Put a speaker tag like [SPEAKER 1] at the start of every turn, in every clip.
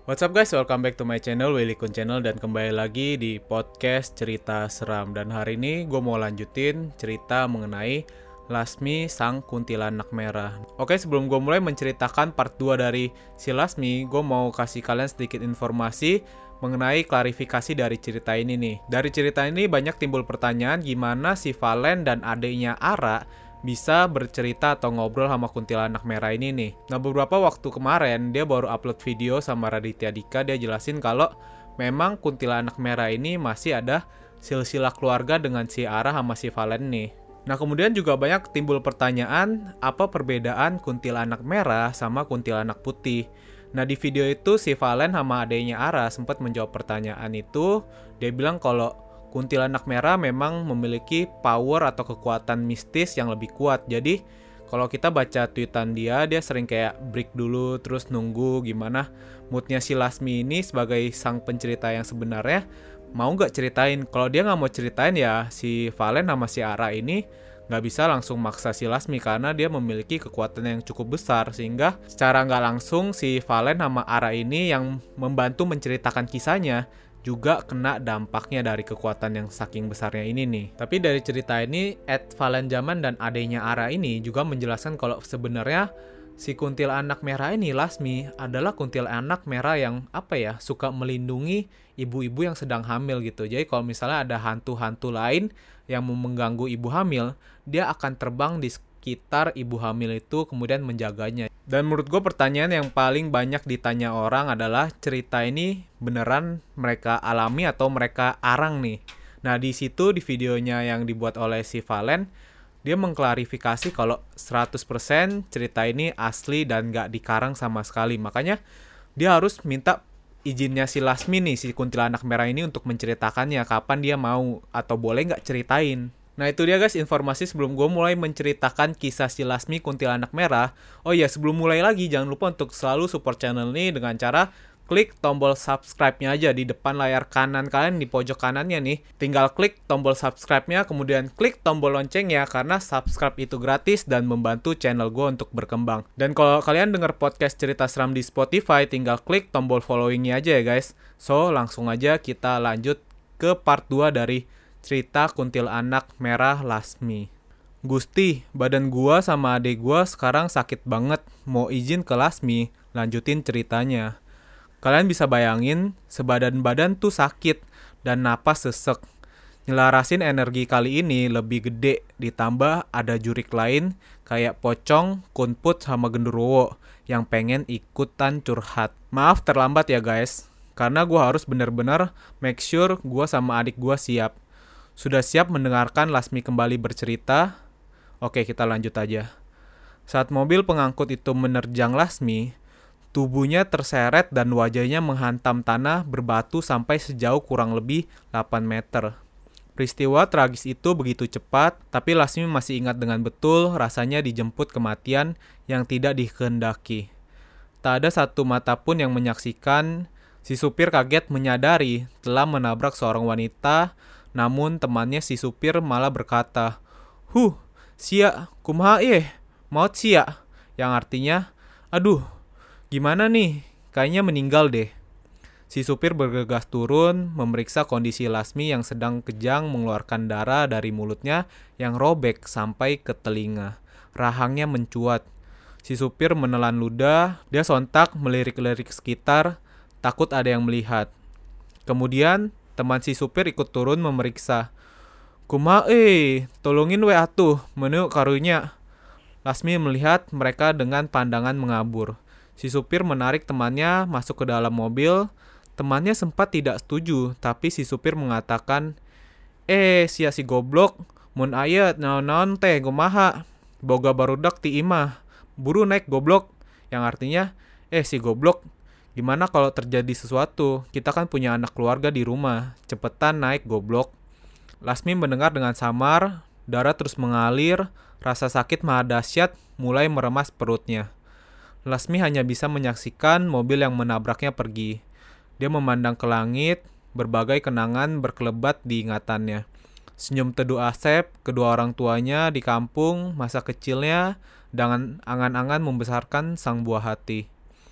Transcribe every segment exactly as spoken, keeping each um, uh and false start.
[SPEAKER 1] What's up guys, welcome back to my channel, Willy Kun Channel. Dan kembali lagi di podcast cerita seram. Dan hari ini gue mau lanjutin cerita mengenai Lasmi Sang Kuntilanak Merah. Oke, sebelum gue mulai menceritakan part dua dari si Lasmi, gue mau kasih kalian sedikit informasi mengenai klarifikasi dari cerita ini nih. Dari cerita ini banyak timbul pertanyaan gimana si Valen dan adiknya Ara bisa bercerita atau ngobrol sama kuntilanak merah ini nih. Nah, beberapa waktu kemarin dia baru upload video sama Raditya Dika. Dia jelasin kalau memang kuntilanak merah ini masih ada silsilah keluarga dengan si Ara sama si Valen nih. Nah, kemudian juga banyak timbul pertanyaan apa perbedaan kuntilanak merah sama kuntilanak putih. Nah, di video itu si Valen sama adiknya Ara sempat menjawab pertanyaan itu. Dia bilang kalau kuntilanak merah memang memiliki power atau kekuatan mistis yang lebih kuat. Jadi kalau kita baca tweetan dia, dia sering kayak break dulu terus nunggu gimana moodnya si Lasmi ini sebagai sang pencerita yang sebenarnya mau nggak ceritain. Kalau dia nggak mau ceritain ya si Valen sama si Ara ini nggak bisa langsung maksa si Lasmi karena dia memiliki kekuatan yang cukup besar, sehingga secara nggak langsung si Valen sama Ara ini yang membantu menceritakan kisahnya juga kena dampaknya dari kekuatan yang saking besarnya ini nih. Tapi dari cerita ini, Ed Valen Zaman dan adenya Ara ini juga menjelaskan kalau sebenarnya si kuntilanak merah ini, Lasmi, adalah kuntilanak merah yang apa ya, suka melindungi ibu-ibu yang sedang hamil gitu. Jadi kalau misalnya ada hantu-hantu lain yang mau mengganggu ibu hamil, dia akan terbang di sekitar ibu hamil itu kemudian menjaganya. Dan menurut gue pertanyaan yang paling banyak ditanya orang adalah cerita ini beneran mereka alami atau mereka arang nih. Nah, di situ di videonya yang dibuat oleh si Valen, dia mengklarifikasi kalau seratus persen cerita ini asli dan gak dikarang sama sekali. Makanya dia harus minta izinnya si Lasmi nih, si kuntilanak merah ini untuk menceritakannya, kapan dia mau atau boleh gak ceritain. Nah, itu dia guys informasi sebelum gue mulai menceritakan kisah si Lasmi Kuntilanak Merah. Oh iya, sebelum mulai lagi jangan lupa untuk selalu support channel ini dengan cara klik tombol subscribe-nya aja di depan layar kanan kalian, di pojok kanannya nih. Tinggal klik tombol subscribe-nya, kemudian klik tombol loncengnya karena subscribe itu gratis dan membantu channel gue untuk berkembang. Dan kalau kalian denger podcast cerita seram di Spotify, tinggal klik tombol following-nya aja ya guys. So, langsung aja kita lanjut ke part dua dari cerita kuntilanak merah Lasmi. Gusti, badan gua sama adik gua sekarang sakit banget. Mau izin ke Lasmi, lanjutin ceritanya. Kalian bisa bayangin, sebadan-badan tuh sakit dan napas sesek. Nyelarasin energi kali ini lebih gede, ditambah ada jurik lain kayak Pocong, Kunput, sama Genderuwo yang pengen ikutan curhat. Maaf terlambat ya guys, karena gua harus bener-bener make sure gua sama adik gua siap. Sudah siap mendengarkan Lasmi kembali bercerita? Oke, kita lanjut aja. Saat mobil pengangkut itu menerjang Lasmi, tubuhnya terseret dan wajahnya menghantam tanah berbatu sampai sejauh kurang lebih delapan meter. Peristiwa tragis itu begitu cepat, tapi Lasmi masih ingat dengan betul rasanya dijemput kematian yang tidak dikehendaki. Tak ada satu mata pun yang menyaksikan. Si supir kaget menyadari telah menabrak seorang wanita. Namun temannya si supir malah berkata, "Huh, sia, kumaha eh, maut sia," yang artinya, "Aduh, gimana nih, kayaknya meninggal deh." Si supir bergegas turun, memeriksa kondisi Lasmi yang sedang kejang mengeluarkan darah dari mulutnya yang robek sampai ke telinga. Rahangnya mencuat. Si supir menelan ludah, dia sontak melirik-lirik sekitar, takut ada yang melihat. Kemudian teman si supir ikut turun memeriksa. "Kumaha eh, tolongin we atuh, menu karunya." Lasmi melihat mereka dengan pandangan mengabur. Si supir menarik temannya masuk ke dalam mobil. Temannya sempat tidak setuju, tapi si supir mengatakan, "Eh, sia si goblok, mun aya naon-naon teh kumaha? Boga barudak ti imah. Buru naik goblok." Yang artinya, "Eh si goblok, gimana kalau terjadi sesuatu? Kita kan punya anak keluarga di rumah. Cepetan naik goblok." Lasmi mendengar dengan samar, darah terus mengalir, rasa sakit maha dahsyat mulai meremas perutnya. Lasmi hanya bisa menyaksikan mobil yang menabraknya pergi. Dia memandang ke langit, berbagai kenangan berkelebat di ingatannya. Senyum teduh Asep, kedua orang tuanya di kampung, masa kecilnya, dengan angan-angan membesarkan sang buah hati.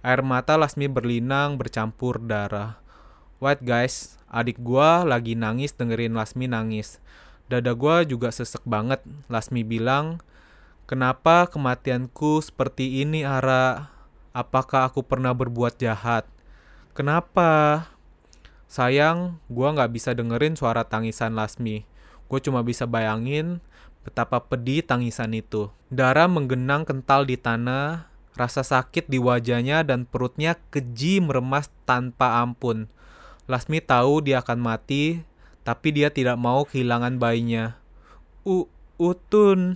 [SPEAKER 1] Air mata Lasmi berlinang bercampur darah. Wait guys, adik gua lagi nangis dengerin Lasmi nangis. Dada gua juga sesek banget. Lasmi bilang, "Kenapa kematianku seperti ini, Ara? Apakah aku pernah berbuat jahat? Kenapa?" Sayang, gua gak bisa dengerin suara tangisan Lasmi. Gue cuma bisa bayangin betapa pedih tangisan itu. Darah menggenang kental di tanah, rasa sakit di wajahnya dan perutnya keji meremas tanpa ampun. Lasmi tahu dia akan mati, tapi dia tidak mau kehilangan bayinya. U Utun,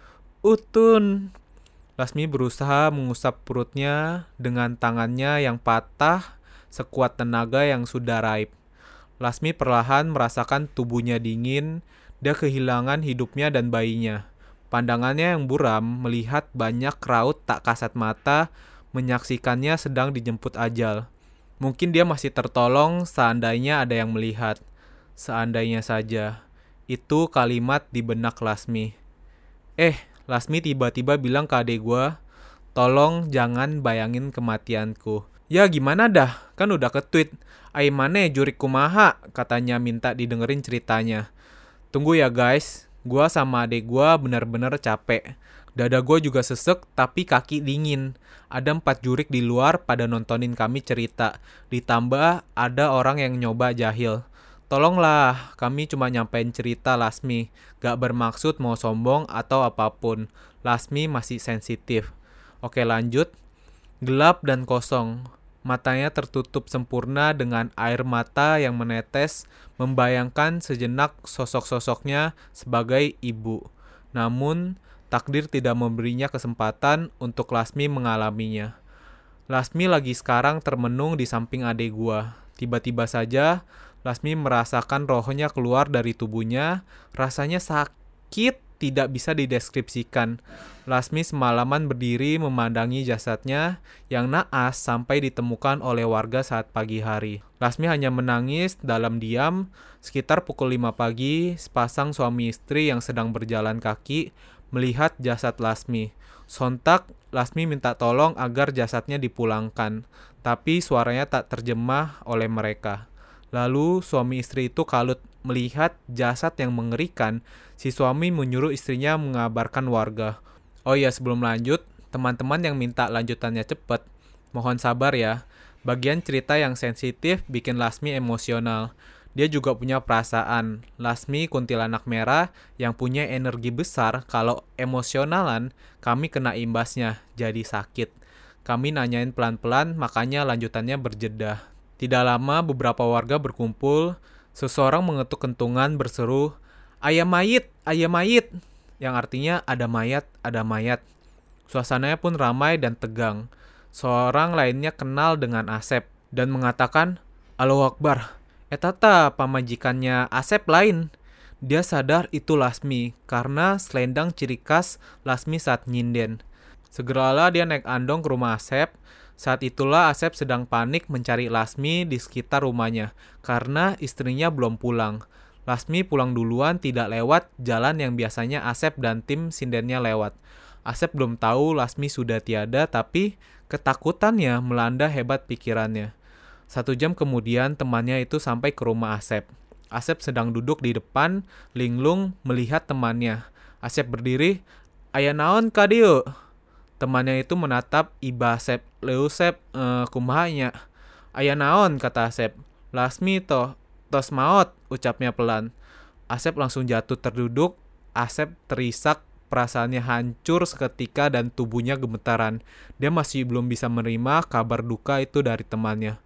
[SPEAKER 1] Utun. Lasmi berusaha mengusap perutnya dengan tangannya yang patah sekuat tenaga yang sudah raib. Lasmi perlahan merasakan tubuhnya dingin, dia kehilangan hidupnya dan bayinya. Pandangannya yang buram melihat banyak raut tak kasat mata menyaksikannya sedang dijemput ajal. Mungkin dia masih tertolong seandainya ada yang melihat. Seandainya saja. Itu kalimat di benak Lasmi. Eh, Lasmi tiba-tiba bilang ke adik gue, "Tolong jangan bayangin kematianku." "Ya gimana dah, kan udah ke-tweet. Ai mane jurik kumaha," katanya minta didengerin ceritanya. Tunggu ya guys, gua sama adik gua benar-benar capek. Dada gua juga sesek tapi kaki dingin. Ada empat jurik di luar pada nontonin kami cerita. Ditambah ada orang yang nyoba jahil. Tolonglah, kami cuma nyampein cerita Lasmi. Gak bermaksud mau sombong atau apapun. Lasmi masih sensitif. Oke lanjut. Gelap dan kosong. Matanya tertutup sempurna dengan air mata yang menetes, membayangkan sejenak sosok-sosoknya sebagai ibu. Namun, takdir tidak memberinya kesempatan untuk Lasmi mengalaminya. Lasmi lagi sekarang termenung di samping adik gua. Tiba-tiba saja, Lasmi merasakan rohnya keluar dari tubuhnya, rasanya sakit tidak bisa dideskripsikan. Lasmi semalaman berdiri memandangi jasadnya yang naas sampai ditemukan oleh warga saat pagi hari. Lasmi hanya menangis dalam diam. Sekitar pukul lima pagi, sepasang suami istri yang sedang berjalan kaki melihat jasad Lasmi. Sontak, Lasmi minta tolong agar jasadnya dipulangkan, tapi suaranya tak terjemah oleh mereka. Lalu suami istri itu kalut melihat jasad yang mengerikan. Si suami menyuruh istrinya mengabarkan warga. Oh iya, sebelum lanjut, teman-teman yang minta lanjutannya cepet, mohon sabar ya. Bagian cerita yang sensitif bikin Lasmi emosional. Dia juga punya perasaan. Lasmi kuntilanak merah yang punya energi besar. Kalau emosionalan, kami kena imbasnya, jadi sakit. Kami nanyain pelan-pelan, makanya lanjutannya berjeda. Tidak lama beberapa warga berkumpul. Seseorang mengetuk kentungan berseru, "Ayam mayit, ayam mayit," yang artinya ada mayat, ada mayat. Suasananya pun ramai dan tegang. Seorang lainnya kenal dengan Asep dan mengatakan, "Allahu Akbar, etata pamajikannya Asep lain." Dia sadar itu Lasmi karena selendang ciri khas Lasmi saat nyinden. Segeralah dia naik andong ke rumah Asep. Saat itulah Asep sedang panik mencari Lasmi di sekitar rumahnya karena istrinya belum pulang. Lasmi pulang duluan tidak lewat jalan yang biasanya Asep dan tim sindennya lewat. Asep belum tahu Lasmi sudah tiada, tapi ketakutannya melanda hebat pikirannya. Satu jam kemudian temannya itu sampai ke rumah Asep. Asep sedang duduk di depan, linglung melihat temannya. Asep berdiri, "Aya naon ka dieu?" Temannya itu menatap iba Asep. "Leu Sep, eh, kumahanya?" "Aya naon," kata Asep. "Lasmi toh, tos maot," ucapnya pelan. Asep langsung jatuh terduduk. Asep terisak, perasaannya hancur seketika dan tubuhnya gemetaran. Dia masih belum bisa menerima kabar duka itu dari temannya.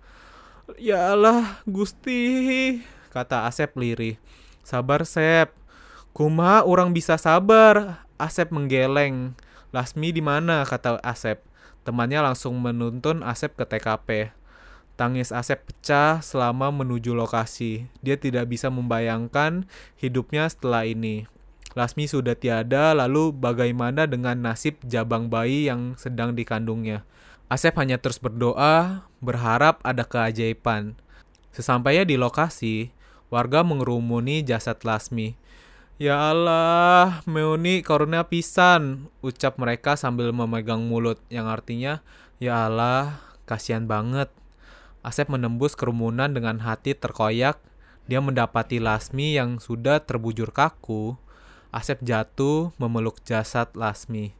[SPEAKER 1] "Ya Allah, Gusti," kata Asep lirih. "Sabar Sep." "Kumaha orang bisa sabar?" Asep menggeleng. "Lasmi di mana?" kata Asep. Temannya langsung menuntun Asep ke T K P. Tangis Asep pecah selama menuju lokasi. Dia tidak bisa membayangkan hidupnya setelah ini. Lasmi sudah tiada, lalu bagaimana dengan nasib jabang bayi yang sedang dikandungnya? Asep hanya terus berdoa, berharap ada keajaiban. Sesampainya di lokasi, warga mengerumuni jasad Lasmi. "Ya Allah, meuni karunia pisan," ucap mereka sambil memegang mulut, yang artinya, "Ya Allah, kasihan banget. Asep menembus kerumunan dengan hati terkoyak. Dia mendapati Lasmi yang sudah terbujur kaku. Asep jatuh memeluk jasad Lasmi.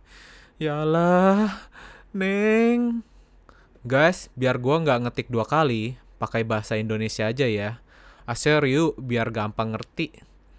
[SPEAKER 1] Yalah, Neng. Guys, biar gua nggak ngetik dua kali, pakai bahasa Indonesia aja ya. Aser yuk, biar gampang ngerti.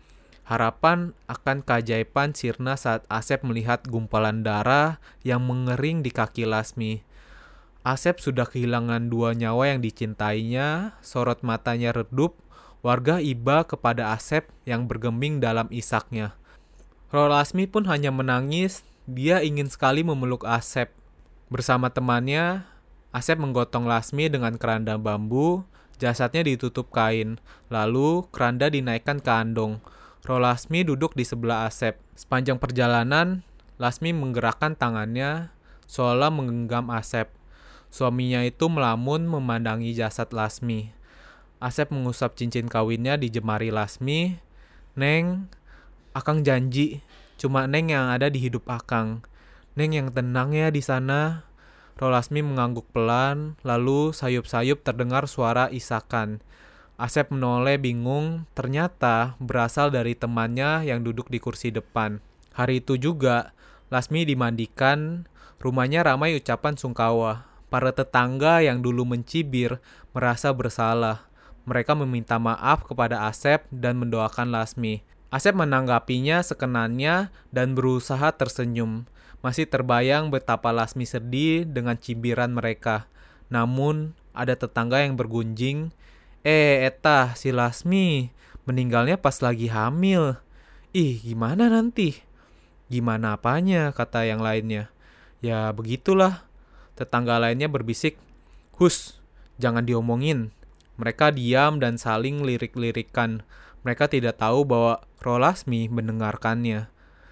[SPEAKER 1] Harapan akan keajaiban sirna saat Asep melihat gumpalan darah yang mengering di kaki Lasmi. Asep sudah kehilangan dua nyawa yang dicintainya, sorot matanya redup, warga iba kepada Asep yang bergeming dalam isaknya. Roh Lasmi pun hanya menangis, dia ingin sekali memeluk Asep. Bersama temannya, Asep menggotong Lasmi dengan keranda bambu, jasadnya ditutup kain, lalu keranda dinaikkan ke andong. Roh Lasmi duduk di sebelah Asep. Sepanjang perjalanan, Lasmi menggerakkan tangannya seolah menggenggam Asep. Suaminya itu melamun memandangi jasad Lasmi. Asep mengusap cincin kawinnya di jemari Lasmi. Neng, Akang janji, cuma Neng yang ada di hidup Akang. Neng yang tenang ya di sana. Roh Lasmi mengangguk pelan, lalu sayup-sayup terdengar suara isakan. Asep menoleh bingung, ternyata berasal dari temannya yang duduk di kursi depan. Hari itu juga, Lasmi dimandikan, rumahnya ramai ucapan sungkawa. Para tetangga yang dulu mencibir merasa bersalah. Mereka meminta maaf kepada Asep dan mendoakan Lasmi. Asep menanggapinya sekenannya dan berusaha tersenyum. Masih terbayang betapa Lasmi sedih dengan cibiran mereka. Namun, ada tetangga yang bergunjing, Eh, eta, si Lasmi meninggalnya pas lagi hamil. Ih, gimana nanti? Gimana apanya, kata yang lainnya. Ya, begitulah. Tetangga lainnya berbisik, Hus, jangan diomongin. Mereka diam dan saling lirik-lirikan. Mereka tidak tahu bahwa Roh Lasmi mendengarkannya.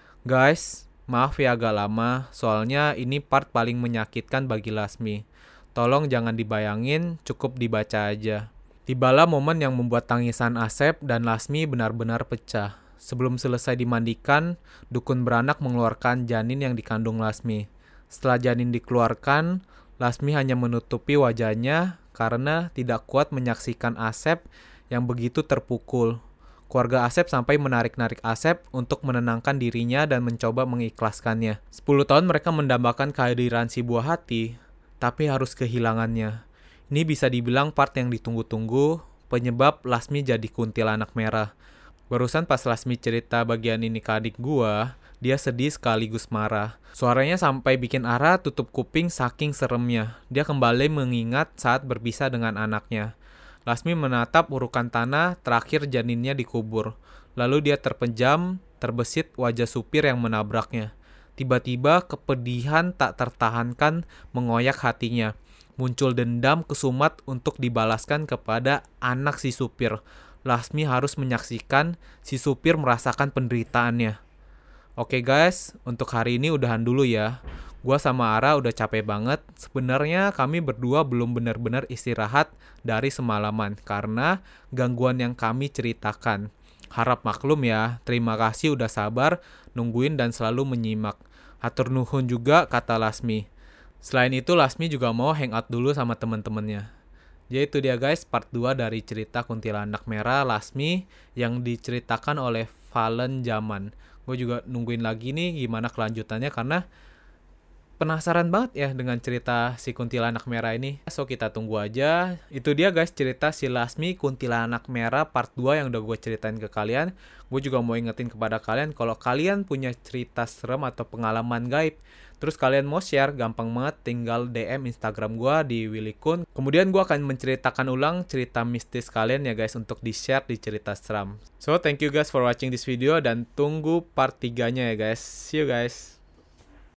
[SPEAKER 1] Guys, maaf ya agak lama, soalnya ini part paling menyakitkan bagi Lasmi. Tolong jangan dibayangin, cukup dibaca aja. Tibalah momen yang membuat tangisan Asep dan Lasmi benar-benar pecah. Sebelum selesai dimandikan, dukun beranak mengeluarkan janin yang dikandung Lasmi. Setelah janin dikeluarkan, Lasmi hanya menutupi wajahnya karena tidak kuat menyaksikan Asep yang begitu terpukul. Keluarga Asep sampai menarik-narik Asep untuk menenangkan dirinya dan mencoba mengikhlaskannya. Sepuluh tahun mereka mendambakan kehadiran si buah hati, tapi harus kehilangannya. Ini bisa dibilang part yang ditunggu-tunggu, penyebab Lasmi jadi kuntilanak merah. Barusan pas Lasmi cerita bagian ini ke adik gua, dia sedih sekaligus marah. Suaranya sampai bikin Ara tutup kuping saking seremnya. Dia kembali mengingat saat berpisah dengan anaknya. Lasmi menatap urukan tanah terakhir janinnya dikubur. Lalu dia terpejam, terbesit wajah supir yang menabraknya. Tiba-tiba kepedihan tak tertahankan mengoyak hatinya. Muncul dendam kesumat untuk dibalaskan kepada anak si supir. Lasmi harus menyaksikan si supir merasakan penderitaannya. Oke guys, untuk hari ini udahan dulu ya. Gua sama Ara udah capek banget. Sebenarnya kami berdua belum benar-benar istirahat dari semalaman karena gangguan yang kami ceritakan. Harap maklum ya, terima kasih udah sabar, nungguin dan selalu menyimak. Hatur nuhun juga, kata Lasmi. Selain itu, Lasmi juga mau hangout dulu sama temen-temennya. Jadi itu dia guys, part dua dari cerita Kuntilanak Merah Lasmi yang diceritakan oleh Valen Zaman. Gue juga nungguin lagi nih gimana kelanjutannya karena penasaran banget ya dengan cerita si Kuntilanak Merah ini. So kita tunggu aja. Itu dia guys cerita si Lasmi Kuntilanak Merah part dua yang udah gue ceritain ke kalian. Gue juga mau ingetin kepada kalian kalau kalian punya cerita serem atau pengalaman gaib, terus kalian mau share, gampang banget tinggal D M Instagram gue di Willy Kun. Kemudian gue akan menceritakan ulang cerita mistis kalian ya guys untuk di-share di cerita seram. So thank you guys for watching this video dan tunggu part tiga nya ya guys. See you guys.